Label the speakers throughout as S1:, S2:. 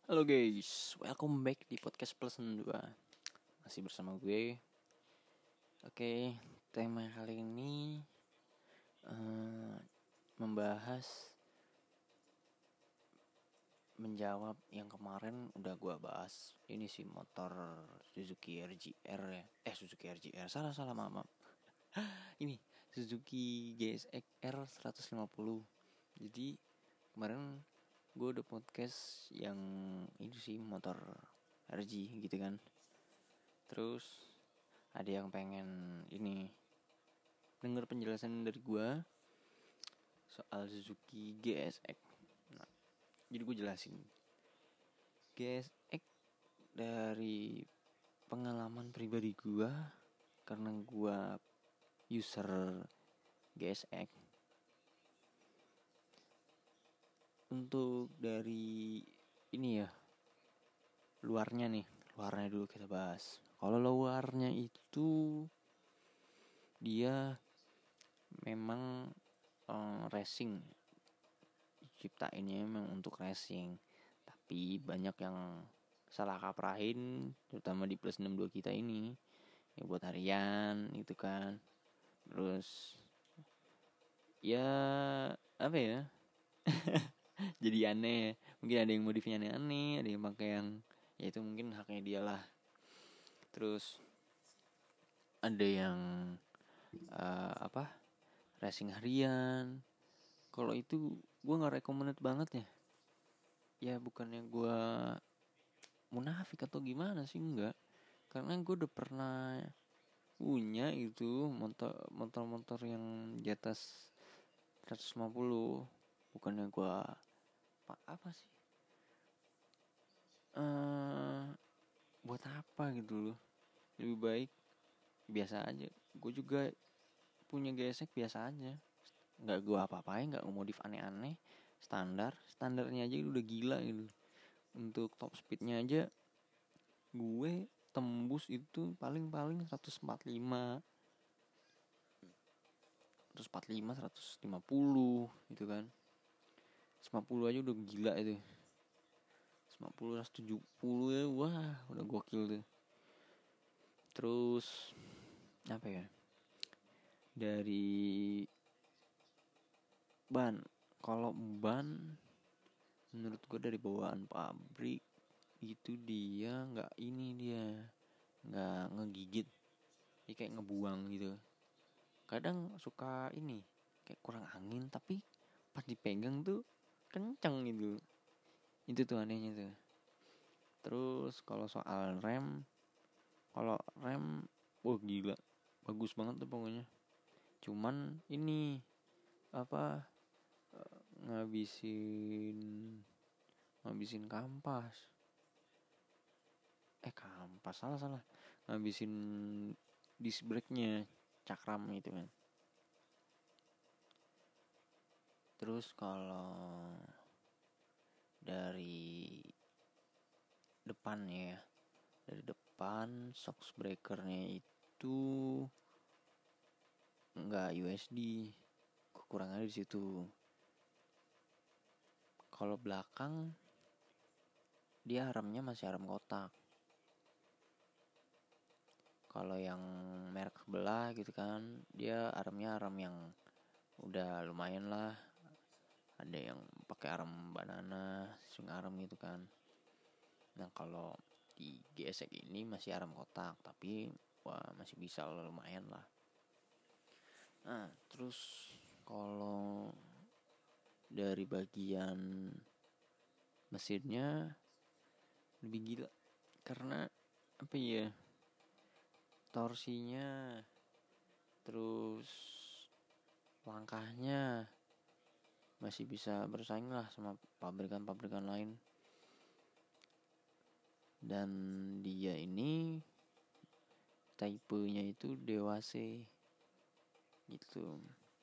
S1: Halo guys, welcome back di podcast Plus 2. Masih bersama gue. Oke, tema kali ini membahas menjawab yang kemarin udah gue bahas. Ini sih motor Suzuki RGR ya. Suzuki RGR. Salah maaf. Ini Suzuki GSX R150. Jadi kemarin gue udah podcast yang ini sih motor RG gitu kan. Terus ada yang pengen ini denger penjelasan dari gue soal Suzuki GSX. Nah, jadi gue jelasin GSX dari pengalaman pribadi gue, karena gue user GSX. Untuk dari ini ya, luarnya dulu kita bahas. Kalau luarnya itu dia memang racing, diciptainnya memang untuk racing, tapi banyak yang salah kaprahin, terutama di plus 62 kita ini ya, buat harian itu kan. Terus ya apa ya, jadi aneh. Mungkin ada yang modifnya aneh-aneh, ada yang pakai yang ya itu mungkin haknya dia lah. Terus ada yang racing harian. Kalau itu gue nggak recommended banget ya. Ya bukannya gue munafik atau gimana sih, enggak. Karena gue udah pernah punya itu motor yang di atas 150. Bukannya gue apa sih, buat apa gitu loh. Lebih baik biasa aja. Gue juga punya gesek biasa aja, nggak gue apa-apain, nggak modif aneh-aneh. Standarnya aja udah gila gitu. Untuk top speednya aja gue tembus itu paling 145 150 gitu kan. 150 aja udah gila itu. 150 170 ya, wah udah gokil tuh. Terus apa ya, dari ban, kalau ban menurut gue dari bawaan pabrik itu dia nggak ngegigit, dia kayak ngebuang gitu. Kadang suka ini kayak kurang angin, tapi pas dipegang tuh kenceng gitu. Itu tuh anehnya tuh. Terus kalau soal kalau rem wah gila, bagus banget tuh pokoknya. Cuman ini apa, ngabisin kampas. Kampas salah. Ngabisin disc brake-nya, cakram itu kan. Terus kalau dari depannya ya, dari depan shocks breakernya itu nggak USD, kekurangannya di situ. Kalau belakang dia armnya masih arm kotak. Kalau yang merek sebelah gitu kan, dia armnya arm yang udah lumayan lah. Ada yang pakai arm banana, swing arm gitu kan. Nah kalau di GSX ini masih arm kotak, tapi wah masih bisa lah, lumayan lah. Nah terus kalau dari bagian mesinnya lebih gila, karena apa ya, torsinya, terus langkahnya masih bisa bersaing lah sama pabrikan lain. Dan dia ini type-nya itu DWC gitu.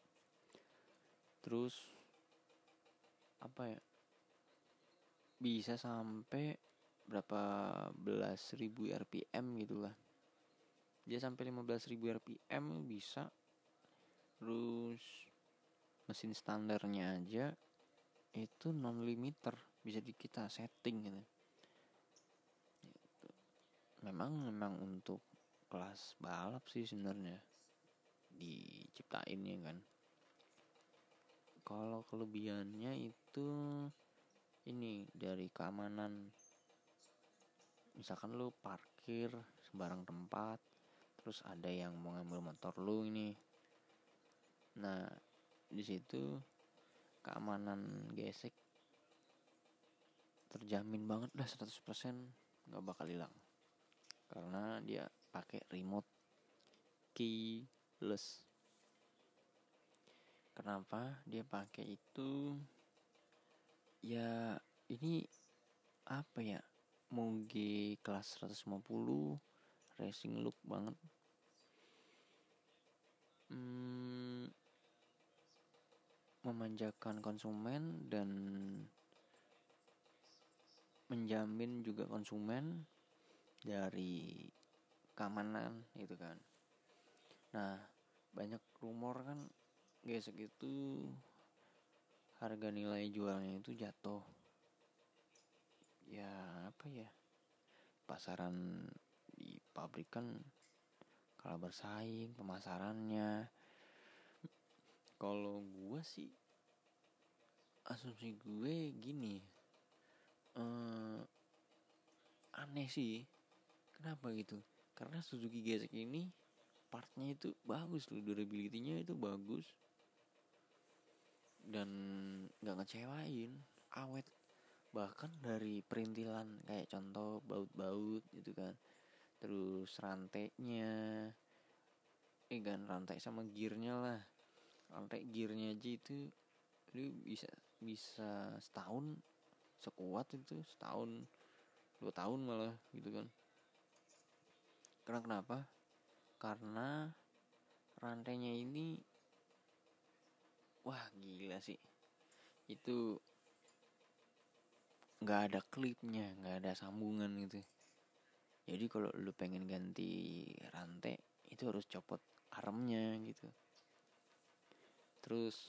S1: Terus apa ya, bisa sampai berapa belas ribu RPM gitu lah. Dia sampai 15.000 RPM bisa. Terus mesin standarnya aja itu non limiter, bisa kita setting gitu. memang untuk kelas balap sih sebenarnya diciptainnya kan. Kalau kelebihannya itu ini dari keamanan. Misalkan lu parkir sembarang tempat, terus ada yang mau ngambil motor lu ini. Nah, di situ keamanan gesek terjamin banget dah 100% nggak bakal hilang. Karena dia pakai remote keyless. Kenapa dia pakai itu? Ya ini apa ya? Moge kelas 150 racing look banget. Memanjakan konsumen dan menjamin juga konsumen dari keamanan gitu kan. Nah, banyak rumor kan gesek itu harga nilai jualnya itu jatuh. Ya apa ya? Pasaran di pabrik kan kalah bersaing pemasarannya. Kalau gue sih asumsi gue gini, aneh sih. Kenapa gitu? Karena Suzuki Gesek ini partnya itu bagus loh, durability-nya itu bagus dan nggak ngecewain, awet. Bahkan dari perintilan kayak contoh baut-baut gitu kan, terus rantainya, kan rantai sama gearnya lah, rantai gearnya aja itu lu bisa setahun sekuat itu, setahun 2 tahun malah gitu kan. Karena kenapa? Karena rantainya ini wah gila sih, itu nggak ada klipnya, nggak ada sambungan gitu. Jadi kalau lu pengen ganti rantai itu harus copot armnya gitu. Terus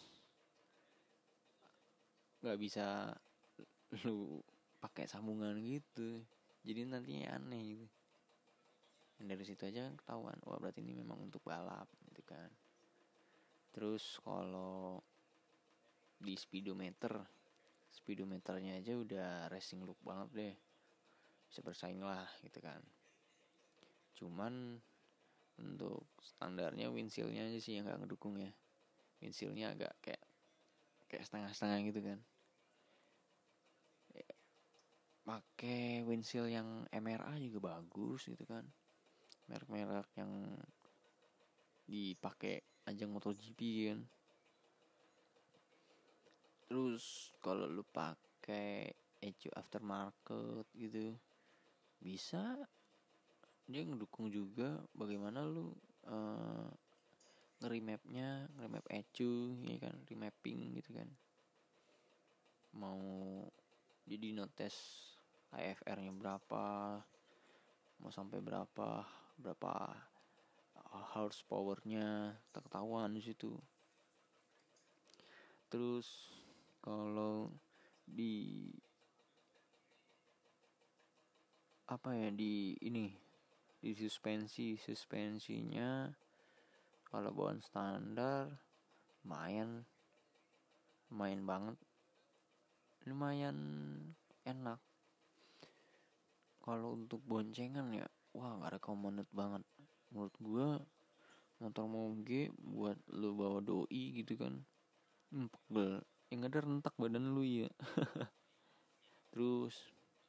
S1: nggak bisa lu pakai sambungan gitu, jadi nantinya aneh gitu. Dan dari situ aja kan ketahuan, wah berarti ini memang untuk balap gitu kan. Terus kalau di speedometernya aja udah racing look banget deh, bisa bersaing lah gitu kan. Cuman untuk standarnya windshieldnya aja sih yang nggak ngedukung ya. Windshieldnya agak kayak setengah-setengah gitu kan. Pakai windshield yang MRA juga bagus gitu kan. Merek-merek yang dipakai ajang MotoGP kan. Terus kalau lu pakai ECU aftermarket gitu, bisa dia ngedukung juga bagaimana lu nge-remap ECU ya kan, remapping gitu kan. Mau jadi notes AFR-nya berapa, mau sampai berapa horsepower-nya ketahuan di situ. Terus kalau di apa ya, di suspensinya kalau bawaan standar lumayan banget, lumayan enak. Kalau untuk boncengan ya wah nggak recommended banget menurut gue. Motor moge buat lu bawa doi gitu kan, pegel yang ada rentak badan lu ya. Terus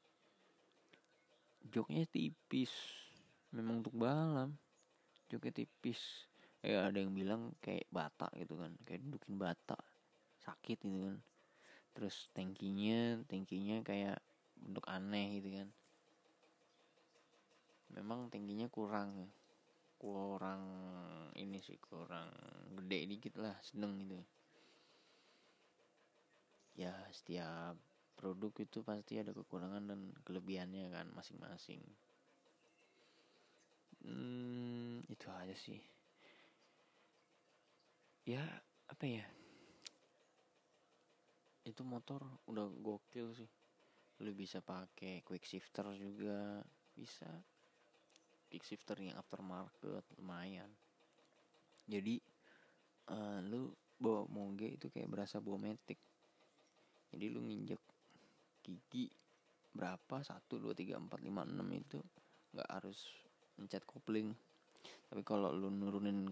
S1: joknya tipis, memang untuk balap joknya tipis. Ya ada yang bilang kayak bata gitu kan, kayak dudukin bata, sakit gitu kan. Terus tangkinya kayak bentuk aneh gitu kan. Memang tingginya kurang ini sih, kurang gede dikit lah, sedang gitu. Ya setiap produk itu pasti ada kekurangan dan kelebihannya kan masing-masing. Itu aja sih. Ya apa ya, itu motor udah gokil sih. Lu bisa pakai quick shifter juga bisa. kick shifter yang aftermarket lumayan. Jadi lu bawa moge itu kayak berasa bawa matic. Jadi lu nginjek gigi berapa 1 2 3 4 5 6 itu nggak harus mencet kopling. Tapi kalau lu nurunin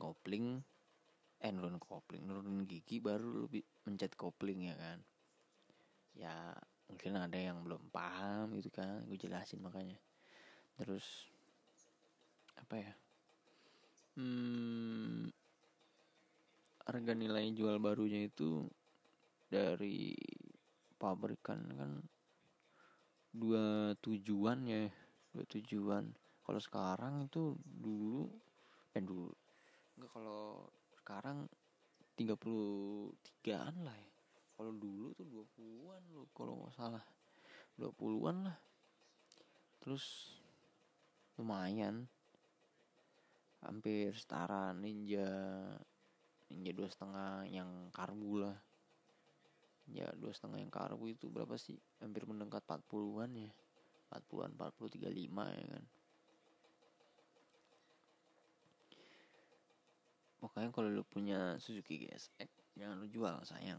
S1: gigi baru lu mencet kopling ya kan. Ya mungkin ada yang belum paham gitu kan, gue jelasin makanya. Terus apa ya, harga nilai jual barunya itu dari pabrikan kan 27-an ya, 27-an. Kalau sekarang itu enggak, kalau sekarang 33-an lah ya. Kalau dulu tuh 20-an loh kalau nggak salah, 20-an lah. Terus lumayan, hampir setara Ninja 2,5 yang karbu lah. Ya 2,5 yang karbu itu berapa sih? Hampir mendekat 40-an ya. 40-an, 40, 35 ya kan. Pokoknya kalau lu punya Suzuki GSX jangan lu jual, sayang.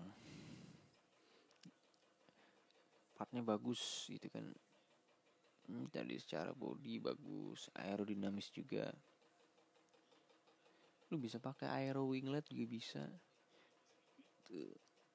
S1: Partnya bagus gitu kan. Dari secara body bagus, aerodinamis juga. Lu bisa pakai aero winglet juga bisa. Tuh.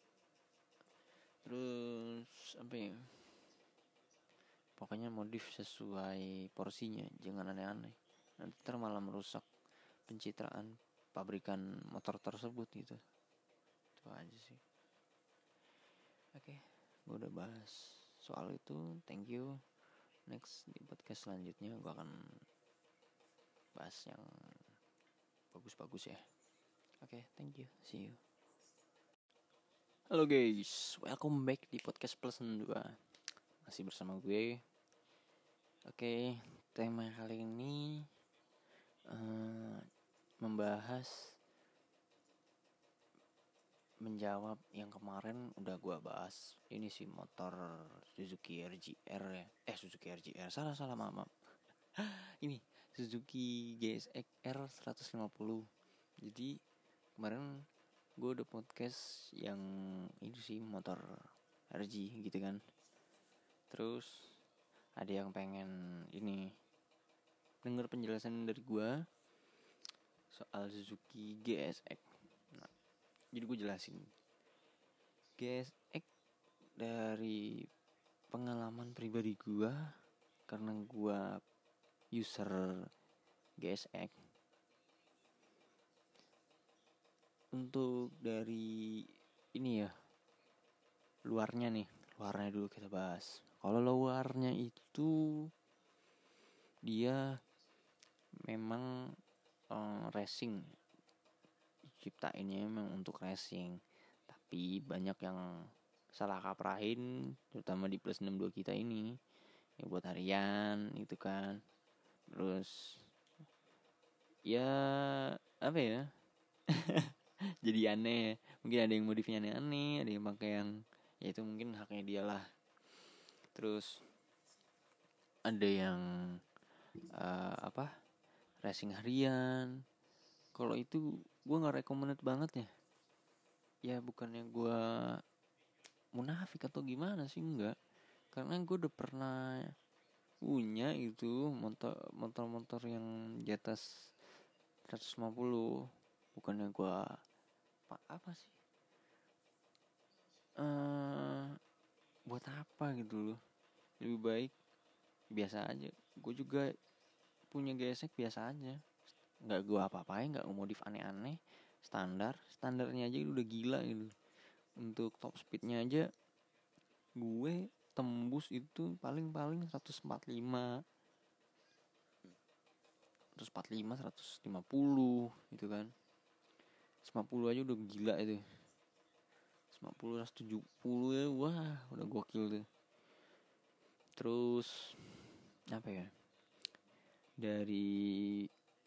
S1: Terus apa ya? Pokoknya modif sesuai porsinya, jangan aneh-aneh. Nanti malah merusak pencitraan pabrikan motor tersebut gitu. Itu aja sih. Oke, gue udah bahas soal itu. Thank you. Next di podcast selanjutnya gue akan bahas yang bagus-bagus ya. Oke, thank you. See you. Halo guys, welcome back di podcast Pleasant 2. Masih bersama gue. Oke, tema kali ini menjawab yang kemarin udah gue bahas. Ini sih motor Suzuki RGR ya. Suzuki RGR. Salah maaf. Ini Suzuki GSX R150. Jadi kemarin gue udah podcast yang ini sih motor RG gitu kan. Terus ada yang pengen ini denger penjelasan dari gue soal Suzuki GSX. Nah, jadi gue jelasin GSX dari pengalaman pribadi gue, karena gue user GSX. Untuk dari ini ya, luarnya dulu kita bahas. Kalau luarnya itu dia memang racing, ciptainnya memang untuk racing, tapi banyak yang salah kaprahin, terutama di plus 62 kita ini yang buat harian itu kan. Terus ya apa ya jadi aneh. Mungkin ada yang modifnya aneh-aneh, ada yang pakai yang ya itu mungkin haknya dia lah. Terus ada yang racing harian. Kalau itu gue nggak recommended banget ya. Ya bukannya gue munafik atau gimana sih, enggak. Karena gue udah pernah punya itu motor yang di atas 150. Bukannya gue apa sih, buat apa gitu loh. Lebih baik biasa aja. Gue juga punya gesek biasa aja, nggak gue apa-apain, nggak modif aneh-aneh. Standarnya aja udah gila gitu. Untuk top speednya aja gue tembus itu paling 145 150 gitu kan. 150 aja udah gila itu. 150 170 ya, wah udah gokil tuh. Terus apa ya, dari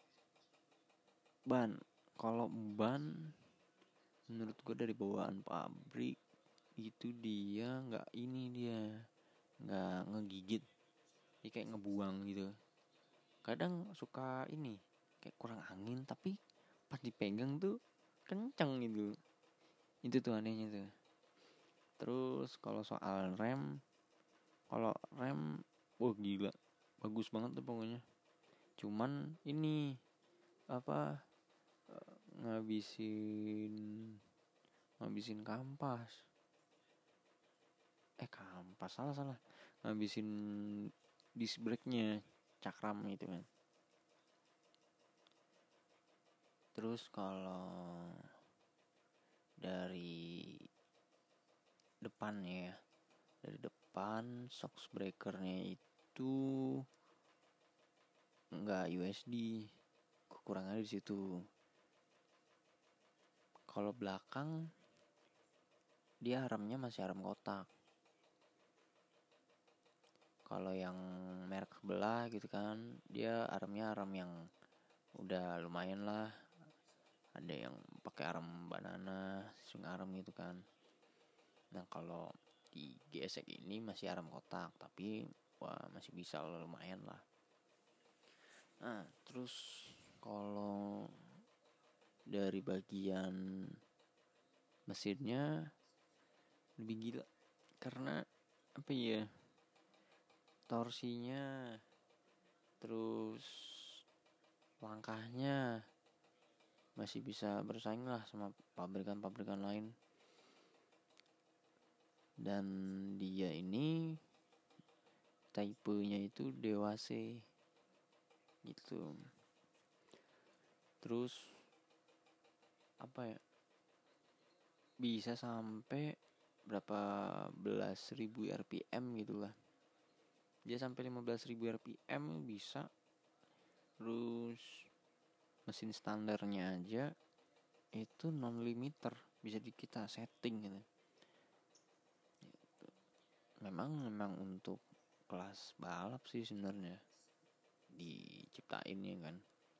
S1: ban, kalau ban menurut gue dari bawaan pabrik itu dia nggak ngegigit, dia kayak ngebuang gitu. kadang suka ini kayak kurang angin, tapi pas dipegang tuh kenceng gitu. Itu tuh anehnya tuh. Terus kalau soal rem, wah gila, bagus banget tuh pokoknya. Cuman ini apa, ngabisin kampas. Salah. Ngabisin disc brake-nya, cakram itu kan. Terus kalau dari depannya ya, dari depan shocks breakernya itu enggak USD, kekurangannya di situ. Kalau belakang dia armnya masih arm kotak. Kalau yang merek sebelah gitu kan, dia armnya arm yang udah lumayan lah. Ada yang pakai arm banana, swing arm gitu kan. Nah kalau di GSX ini masih arm kotak, tapi wah masih bisa lumayan lah. Nah terus kalau dari bagian mesinnya lebih gila, karena apa ya, torsinya, terus langkahnya masih bisa bersaing lah sama pabrikan-pabrikan lain. Dan dia ini type-nya itu dewasa gitu. Terus apa ya, bisa sampai berapa belas ribu RPM gitu lah. Dia sampai 15.000 RPM bisa. Terus mesin standarnya aja itu non limiter, bisa kita setting gitu. Memang untuk kelas balap sih sebenarnya diciptain ya kan.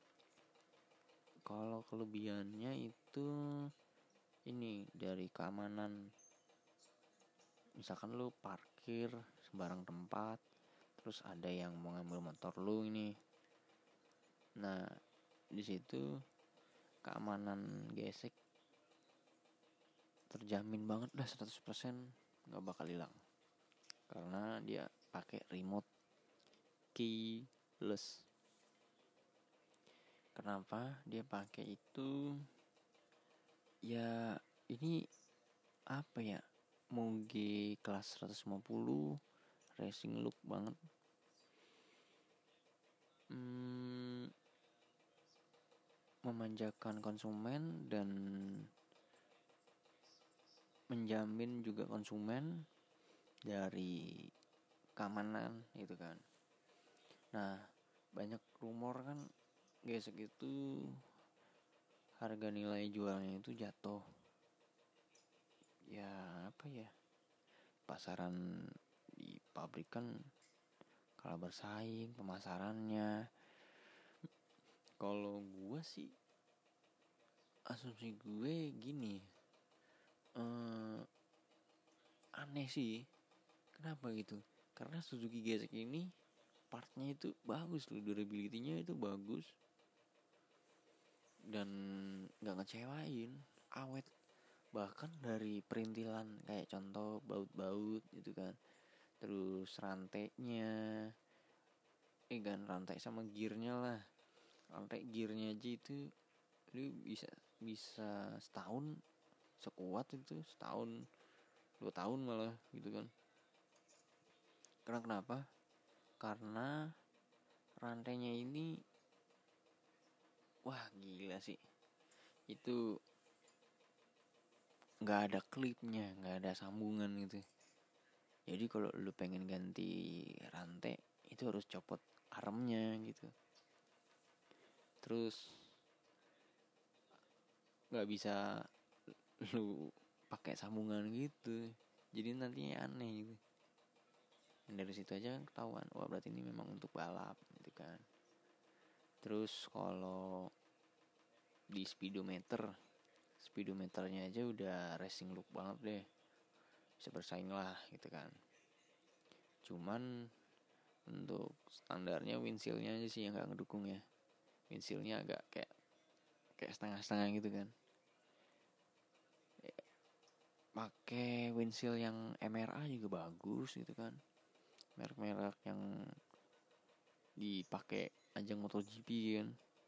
S1: Kalau kelebihannya itu ini dari keamanan. Misalkan lu parkir sembarang tempat, terus ada yang mau ngambil motor lu ini. Nah, di situ keamanan gesek terjamin banget dah 100%, enggak bakal hilang. Karena dia pakai remote keyless. Kenapa dia pakai itu? Ya, ini apa ya? Moge kelas 150 racing look banget. Memanjakan konsumen dan menjamin juga konsumen dari keamanan gitu kan. Nah, banyak rumor kan gesek itu harga nilai jualnya itu jatuh. Ya apa ya, pasaran di pabrik kan kalah bersaing pemasarannya. Kalau gue sih, asumsi gue gini, aneh sih. Kenapa gitu? Karena Suzuki GSX ini partnya itu bagus loh, durability-nya itu bagus dan nggak ngecewain, awet. Bahkan dari perintilan kayak contoh baut-baut gitu kan, terus rantainya, rantai sama gearnya lah. Rantai gearnya aja itu lu bisa setahun sekuat itu, setahun 2 tahun malah gitu kan. Karena kenapa? Karena rantainya ini wah gila sih. Itu nggak ada klipnya, nggak ada sambungan gitu. Jadi kalau lu pengen ganti rantai itu harus copot armnya gitu. Terus nggak bisa lu pakai sambungan gitu, jadi nantinya aneh gitu. Dan dari situ aja kan ketahuan, wah berarti ini memang untuk balap gitu kan. Terus kalau di speedometernya aja udah racing look banget deh, bisa bersaing lah gitu kan. Cuman Untuk standarnya windshieldnya aja sih yang nggak ngedukung ya. Windshieldnya agak kayak setengah-setengah gitu kan. Pakai windshield yang MRA juga bagus gitu kan. Merek-merek yang dipakai ajang MotoGP kan.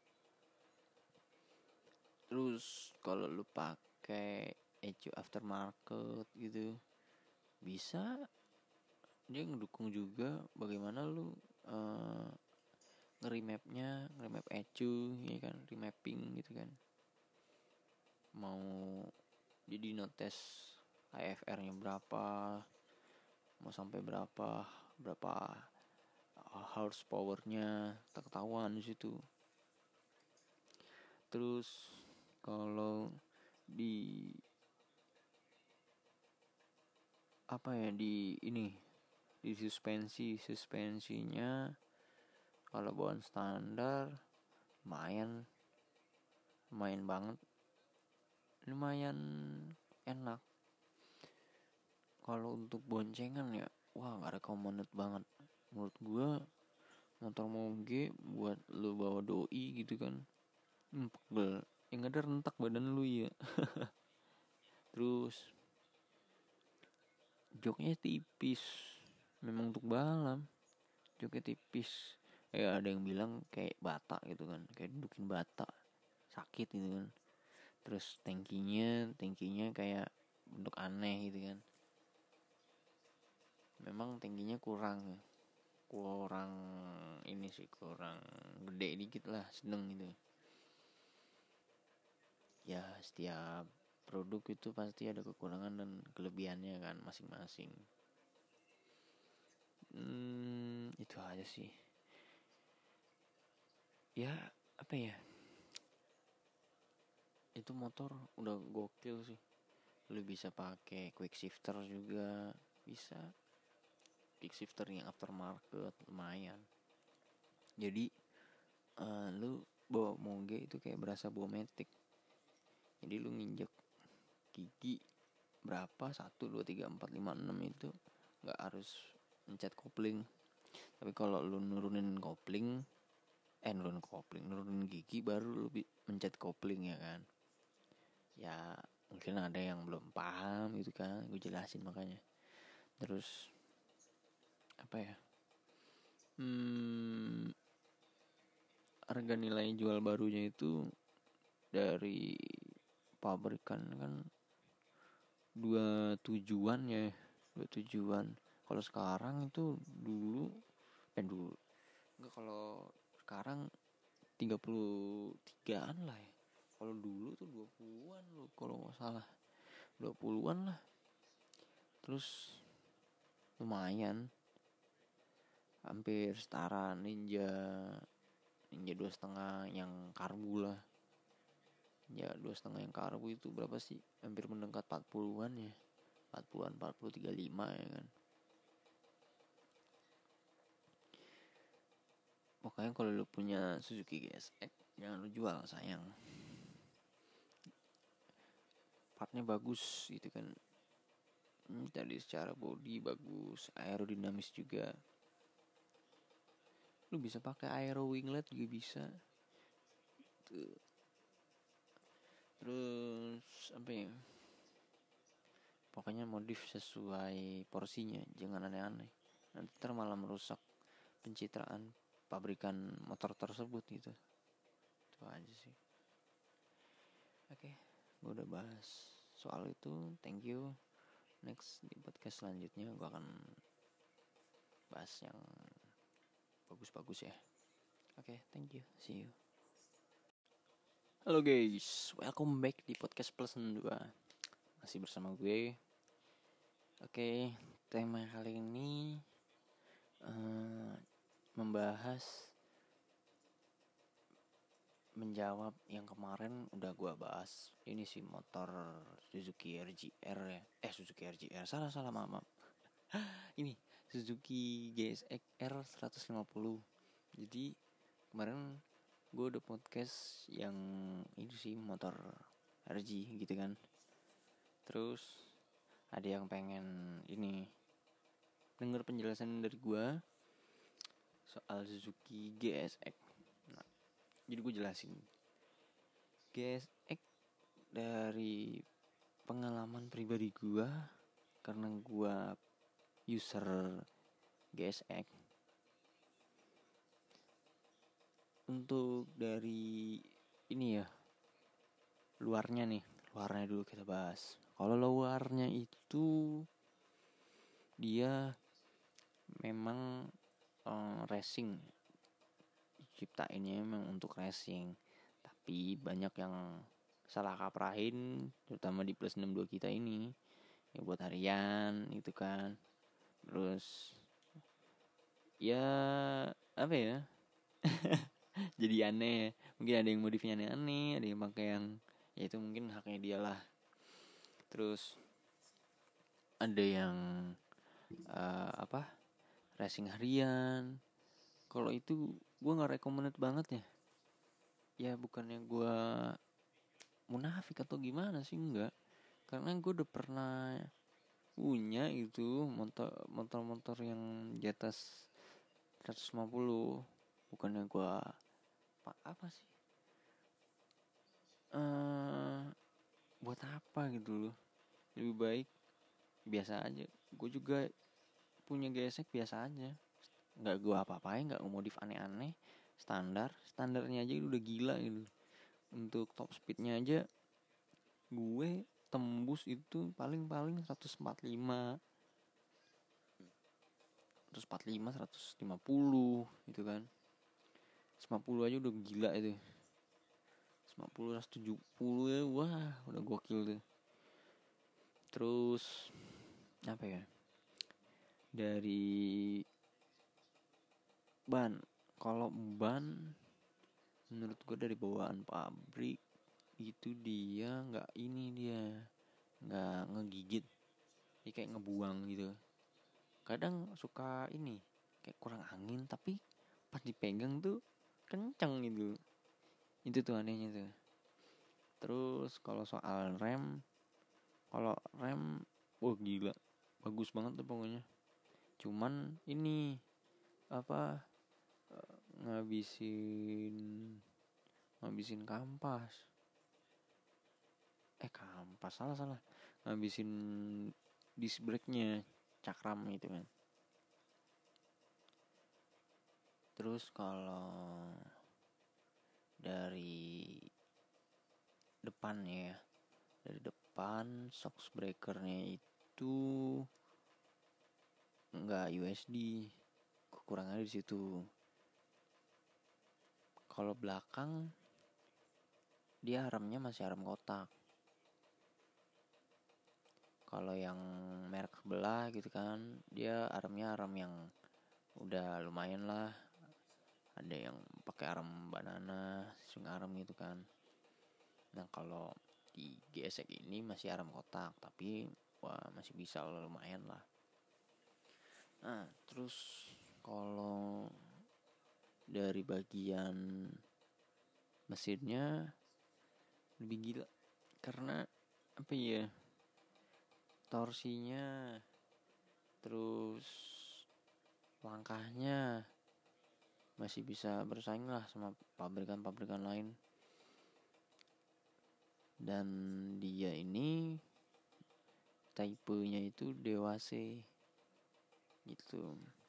S1: Terus kalau lu pakai ECU aftermarket gitu, bisa dia ngedukung juga bagaimana lu nge-remap ECU ya kan, remapping gitu kan. Mau jadi notes AFR-nya berapa, mau sampai berapa horsepower-nya ketahuan di situ. Terus kalau di di suspensinya kalau bawaan standar lumayan banget, lumayan enak. Kalau untuk boncengan ya wah gak recommended banget menurut gue. Motor moge buat lu bawa doi gitu kan, pegel yang ada rentak badan lu ya. Terus joknya tipis, memang untuk balap joknya tipis. Ada yang bilang kayak bata gitu kan, kayak dudukin bata, sakit gitu kan. Terus tangkinya kayak bentuk aneh gitu kan. Memang tingginya kurang ini sih, kurang gede dikit lah, sedang gitu. Ya setiap produk itu pasti ada kekurangan dan kelebihannya kan masing-masing. Itu aja sih. Ya apa ya, itu motor udah gokil sih. Lu bisa pakai quick shifter juga, bisa quick shifter yang aftermarket lumayan. Jadi lu bawa moge itu kayak berasa bawa matic. Jadi lu nginjek gigi berapa 1, 2, 3, 4, 5, 6 itu nggak harus mencet kopling. Tapi kalau lu nurunin gigi baru lu mencet kopling ya kan. Ya mungkin ada yang belum paham gitu kan, gue jelasin makanya. Terus apa ya, harga nilai jual barunya itu dari pabrikan kan 27-an ya, 27-an. Kalau sekarang itu enggak, kalau sekarang 33-an lah ya. Kalau dulu tuh 20-an loh kalau enggak salah. 20-an lah. Terus lumayan, hampir setara Ninja 2,5 yang karbu lah. Ya 2,5 yang karbu itu berapa sih? Hampir mendekat 40-an ya. 40-an, 35 ya kan. Pokoknya kalau lu punya Suzuki GSX jangan lu jual, sayang. Partnya bagus gitu kan. Tadi secara body bagus, aerodinamis juga. Lu bisa pakai aero winglet juga bisa. Tuh. Terus apa ya? Pokoknya modif sesuai porsinya, jangan aneh-aneh. Nanti malah merusak pencitraan pabrikan motor tersebut gitu. Itu aja sih. Oke, gue udah bahas soal itu. Thank you. Next di podcast selanjutnya gue akan bahas yang bagus-bagus ya. Oke, thank you. See you. Halo guys, welcome back di podcast Pleasant 2. Masih bersama gue. Oke, tema kali ini menjawab yang kemarin udah gue bahas. Ini sih motor Suzuki RGR ya. Suzuki RGR. Salah maaf. Ini Suzuki GSX R150. Jadi kemarin gue udah podcast yang ini sih motor RG gitu kan. Terus ada yang pengen ini denger penjelasan dari gue soal Suzuki GSX. Nah, jadi gue jelasin. GSX dari pengalaman pribadi gue, karena gue user GSX. Untuk dari ini ya, luarnya dulu kita bahas. Kalau luarnya itu dia memang racing, diciptainnya memang untuk racing, tapi banyak yang salah kaprahin, terutama di plus 62 kita ini ya, buat harian itu kan. Terus ya apa ya jadi aneh. Mungkin ada yang modifnya aneh-aneh, ada yang pakai yang ya itu mungkin haknya dia lah. Terus ada yang racing harian. Kalau itu gue nggak recommended banget ya. Ya bukannya gue munafik atau gimana sih, enggak. Karena gue udah pernah punya itu motor yang di atas 150. Bukannya gue apa sih, buat apa gitu loh. Lebih baik biasa aja. Gue juga punya gesek biasa aja, nggak gue apa-apain, nggak modif aneh-aneh. Standarnya aja udah gila gitu. Untuk top speednya aja gue tembus itu paling 145 150 gitu kan. 150 aja udah gila itu. 150 170 ya, wah udah gokil tuh. Terus apa ya, dari ban, kalau ban menurut gue dari bawaan pabrik itu dia nggak ngegigit, dia kayak ngebuang gitu. Kadang suka ini kayak kurang angin, tapi pas dipegang tuh kenceng gitu. Itu tuh anehnya tuh. Terus kalau soal rem, wah gila, bagus banget tuh pokoknya. Cuman ini ngabisin salah ngabisin disc brake-nya, cakram gitu kan. Terus kalau dari depan shock breaker-nya itu enggak USD, kekurangannya di situ. Kalau belakang dia armnya masih arm kotak. Kalau yang merek sebelah gitu kan, dia armnya arm yang udah lumayan lah. Ada yang pakai arm banana, swing arm gitu kan. Nah kalau di GSX ini masih arm kotak, tapi wah masih bisa lah, lumayan lah. Nah terus kalau dari bagian mesinnya lebih gila, karena apa ya, torsinya, terus langkahnya masih bisa bersaing lah sama pabrikan lain. Dan dia ini type-nya itu dewasa gitu.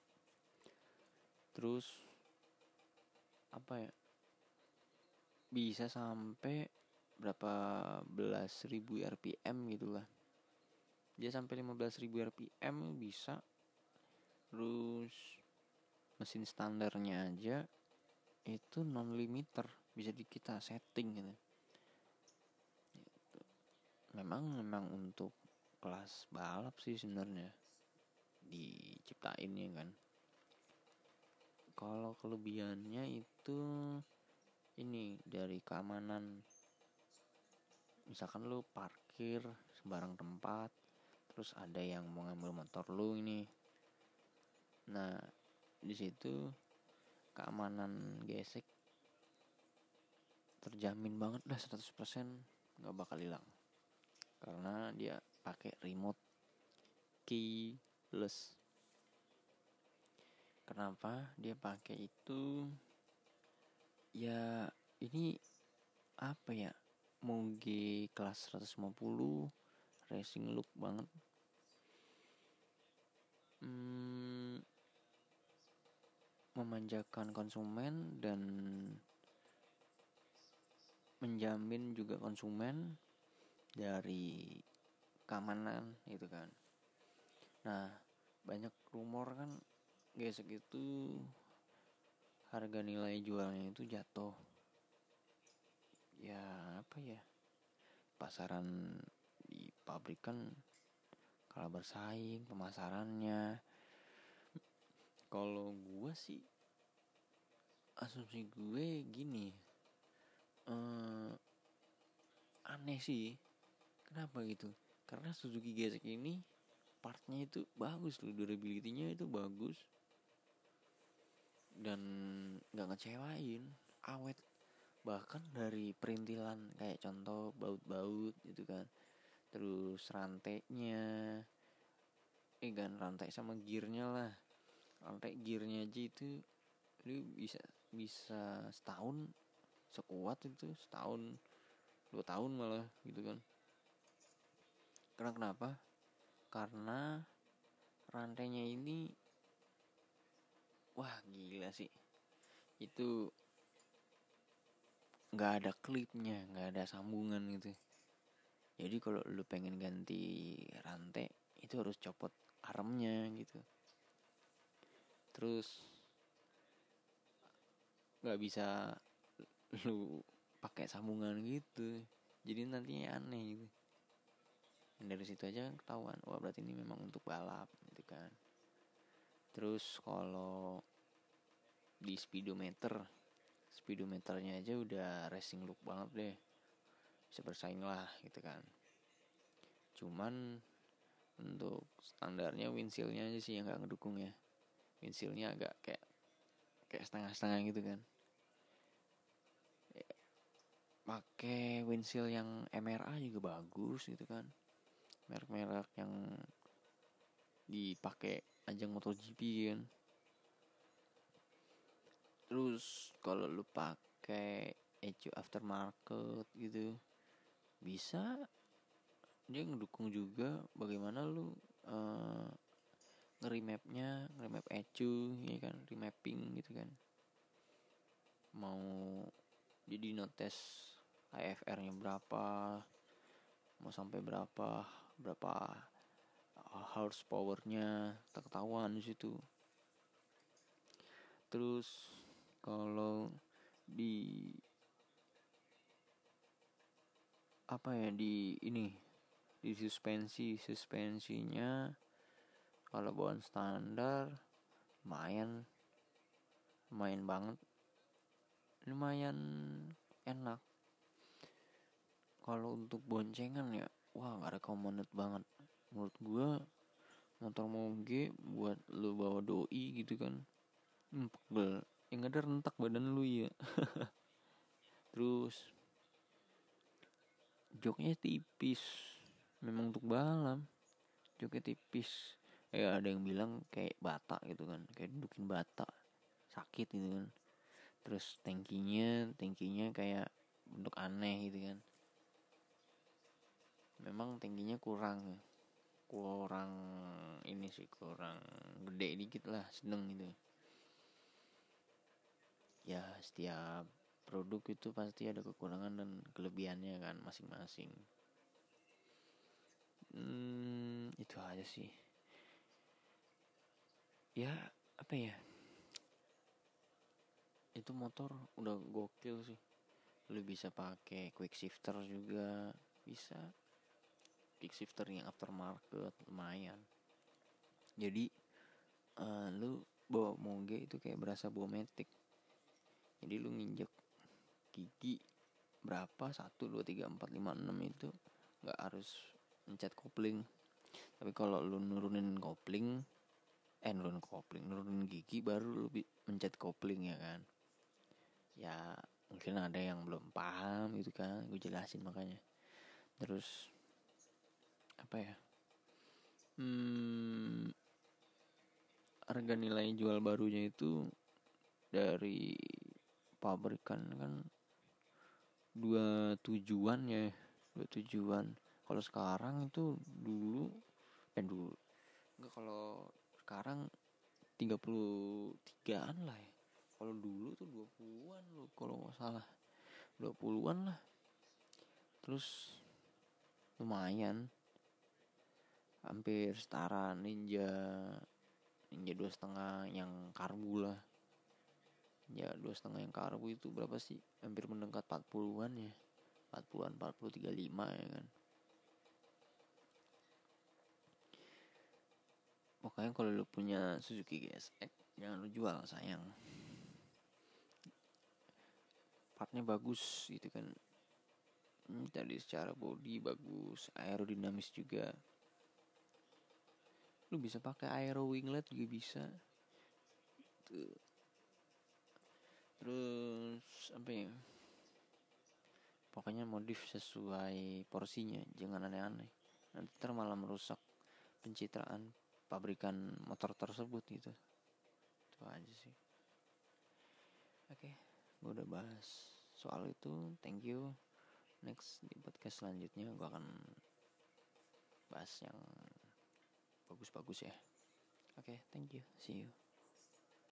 S1: Terus apa ya, bisa sampai berapa belas ribu RPM gitu lah. Dia sampai 15.000 RPM bisa. Terus mesin standarnya aja itu non limiter, bisa kita setting gitu. Memang untuk kelas balap sih sebenarnya diciptain ya kan. Kalau kelebihannya itu ini dari keamanan. Misalkan lu parkir sembarang tempat, terus ada yang mau ngambil motor lu ini. Nah, di situ keamanan gesek terjamin banget lah, 100% enggak bakal hilang. Karena dia pakai remote keyless. Kenapa dia pakai itu? Ya ini apa ya, Moge kelas 150, racing look banget. Memanjakan konsumen dan menjamin juga konsumen dari keamanan gitu kan. Nah, banyak rumor kan gesek itu harga nilai jualnya itu jatuh. Ya apa ya, pasaran di pabrik kan kalah bersaing pemasarannya. Kalau gue sih, asumsi gue gini, aneh sih. Kenapa gitu? Karena Suzuki Gesek ini partnya itu bagus loh, durability-nya itu bagus dan nggak ngecewain, awet. Bahkan dari perintilan kayak contoh baut-baut gitu kan, terus rantainya, rantai sama gearnya lah. Rantai gearnya aja itu lu bisa setahun sekuat itu, setahun 2 tahun malah gitu kan. Karena kenapa? Karena rantainya ini wah gila sih, itu nggak ada klipnya, nggak ada sambungan gitu. Jadi kalau lu pengen ganti rantai itu harus copot armnya gitu. Terus nggak bisa lu pakai sambungan gitu, jadi nantinya aneh gitu. Dan dari situ aja ketahuan, wah berarti ini memang untuk balap gitu kan. Terus kalau di speedometernya aja udah racing look banget deh, bisa bersaing lah gitu kan. Cuman untuk standarnya windshieldnya aja sih yang nggak ngedukung ya. Windshieldnya agak kayak setengah-setengah gitu kan. Pakai windshield yang MRA juga bagus gitu kan. Merek-merek yang dipakai ajang MotoGP kan. Terus kalau lu pakai ECU aftermarket gitu, bisa dia ngedukung juga bagaimana lu nge-remap ECU ya kan, remapping gitu kan. Mau jadi notes AFR-nya berapa, mau sampai berapa horsepower-nya ketahuan di situ. Terus kalau di di suspensinya kalau bawaan standar lumayan banget, lumayan enak. Kalau untuk boncengan ya wah nggak recommended banget menurut gue. Motor moge buat lu bawa doi gitu kan, pegel yang ada rentak badan lu ya. Terus joknya tipis, memang untuk balap joknya tipis. Ada yang bilang kayak bata gitu kan, kayak dudukin bata, sakit gitu kan. Terus tangkinya kayak bentuk aneh gitu kan. Memang tingginya kurang ini sih, kurang gede dikit lah, sedang gitu. Ya setiap produk itu pasti ada kekurangan dan kelebihannya kan masing-masing. Itu aja sih. Ya apa ya, itu motor udah gokil sih. Lu bisa pakai quick shifter juga, bisa quick shifter yang aftermarket lumayan. Jadi lu bawa moge itu kayak berasa bawa matic. Jadi lu nginjek gigi berapa 1, 2, 3, 4, 5, 6 itu nggak harus mencet kopling. Tapi kalau lu nurunin gigi baru lu mencet kopling ya kan. Ya mungkin ada yang belum paham gitu kan, gue jelasin makanya. Terus apa ya, harga nilai jual barunya itu dari pabrikan kan 27-an ya, 27-an. Kalau sekarang itu dulu enggak, kalau sekarang 33-an lah ya. Kalau dulu tuh 20-an loh kalau nggak salah, 20-an lah. Terus lumayan, hampir setara Ninja 2,5 yang karbu lah. Ya 2,5 yang karbu itu berapa sih? Hampir mendekat 40-an ya. 40-an, 40, 35 ya kan. Pokoknya kalau lu punya Suzuki GSX jangan lu jual, sayang. Partnya bagus gitu kan. Tadi secara body bagus, aerodinamis juga. Lu bisa pakai aero winglet juga bisa. Tuh. Terus apa ya? Pokoknya modif sesuai porsinya, jangan aneh-aneh. Nanti malah merusak pencitraan pabrikan motor tersebut gitu. Itu aja sih. Oke, gue udah bahas soal itu. Thank you. Next di podcast selanjutnya gue akan bahas yang bagus-bagus ya. Oke, thank you. See you.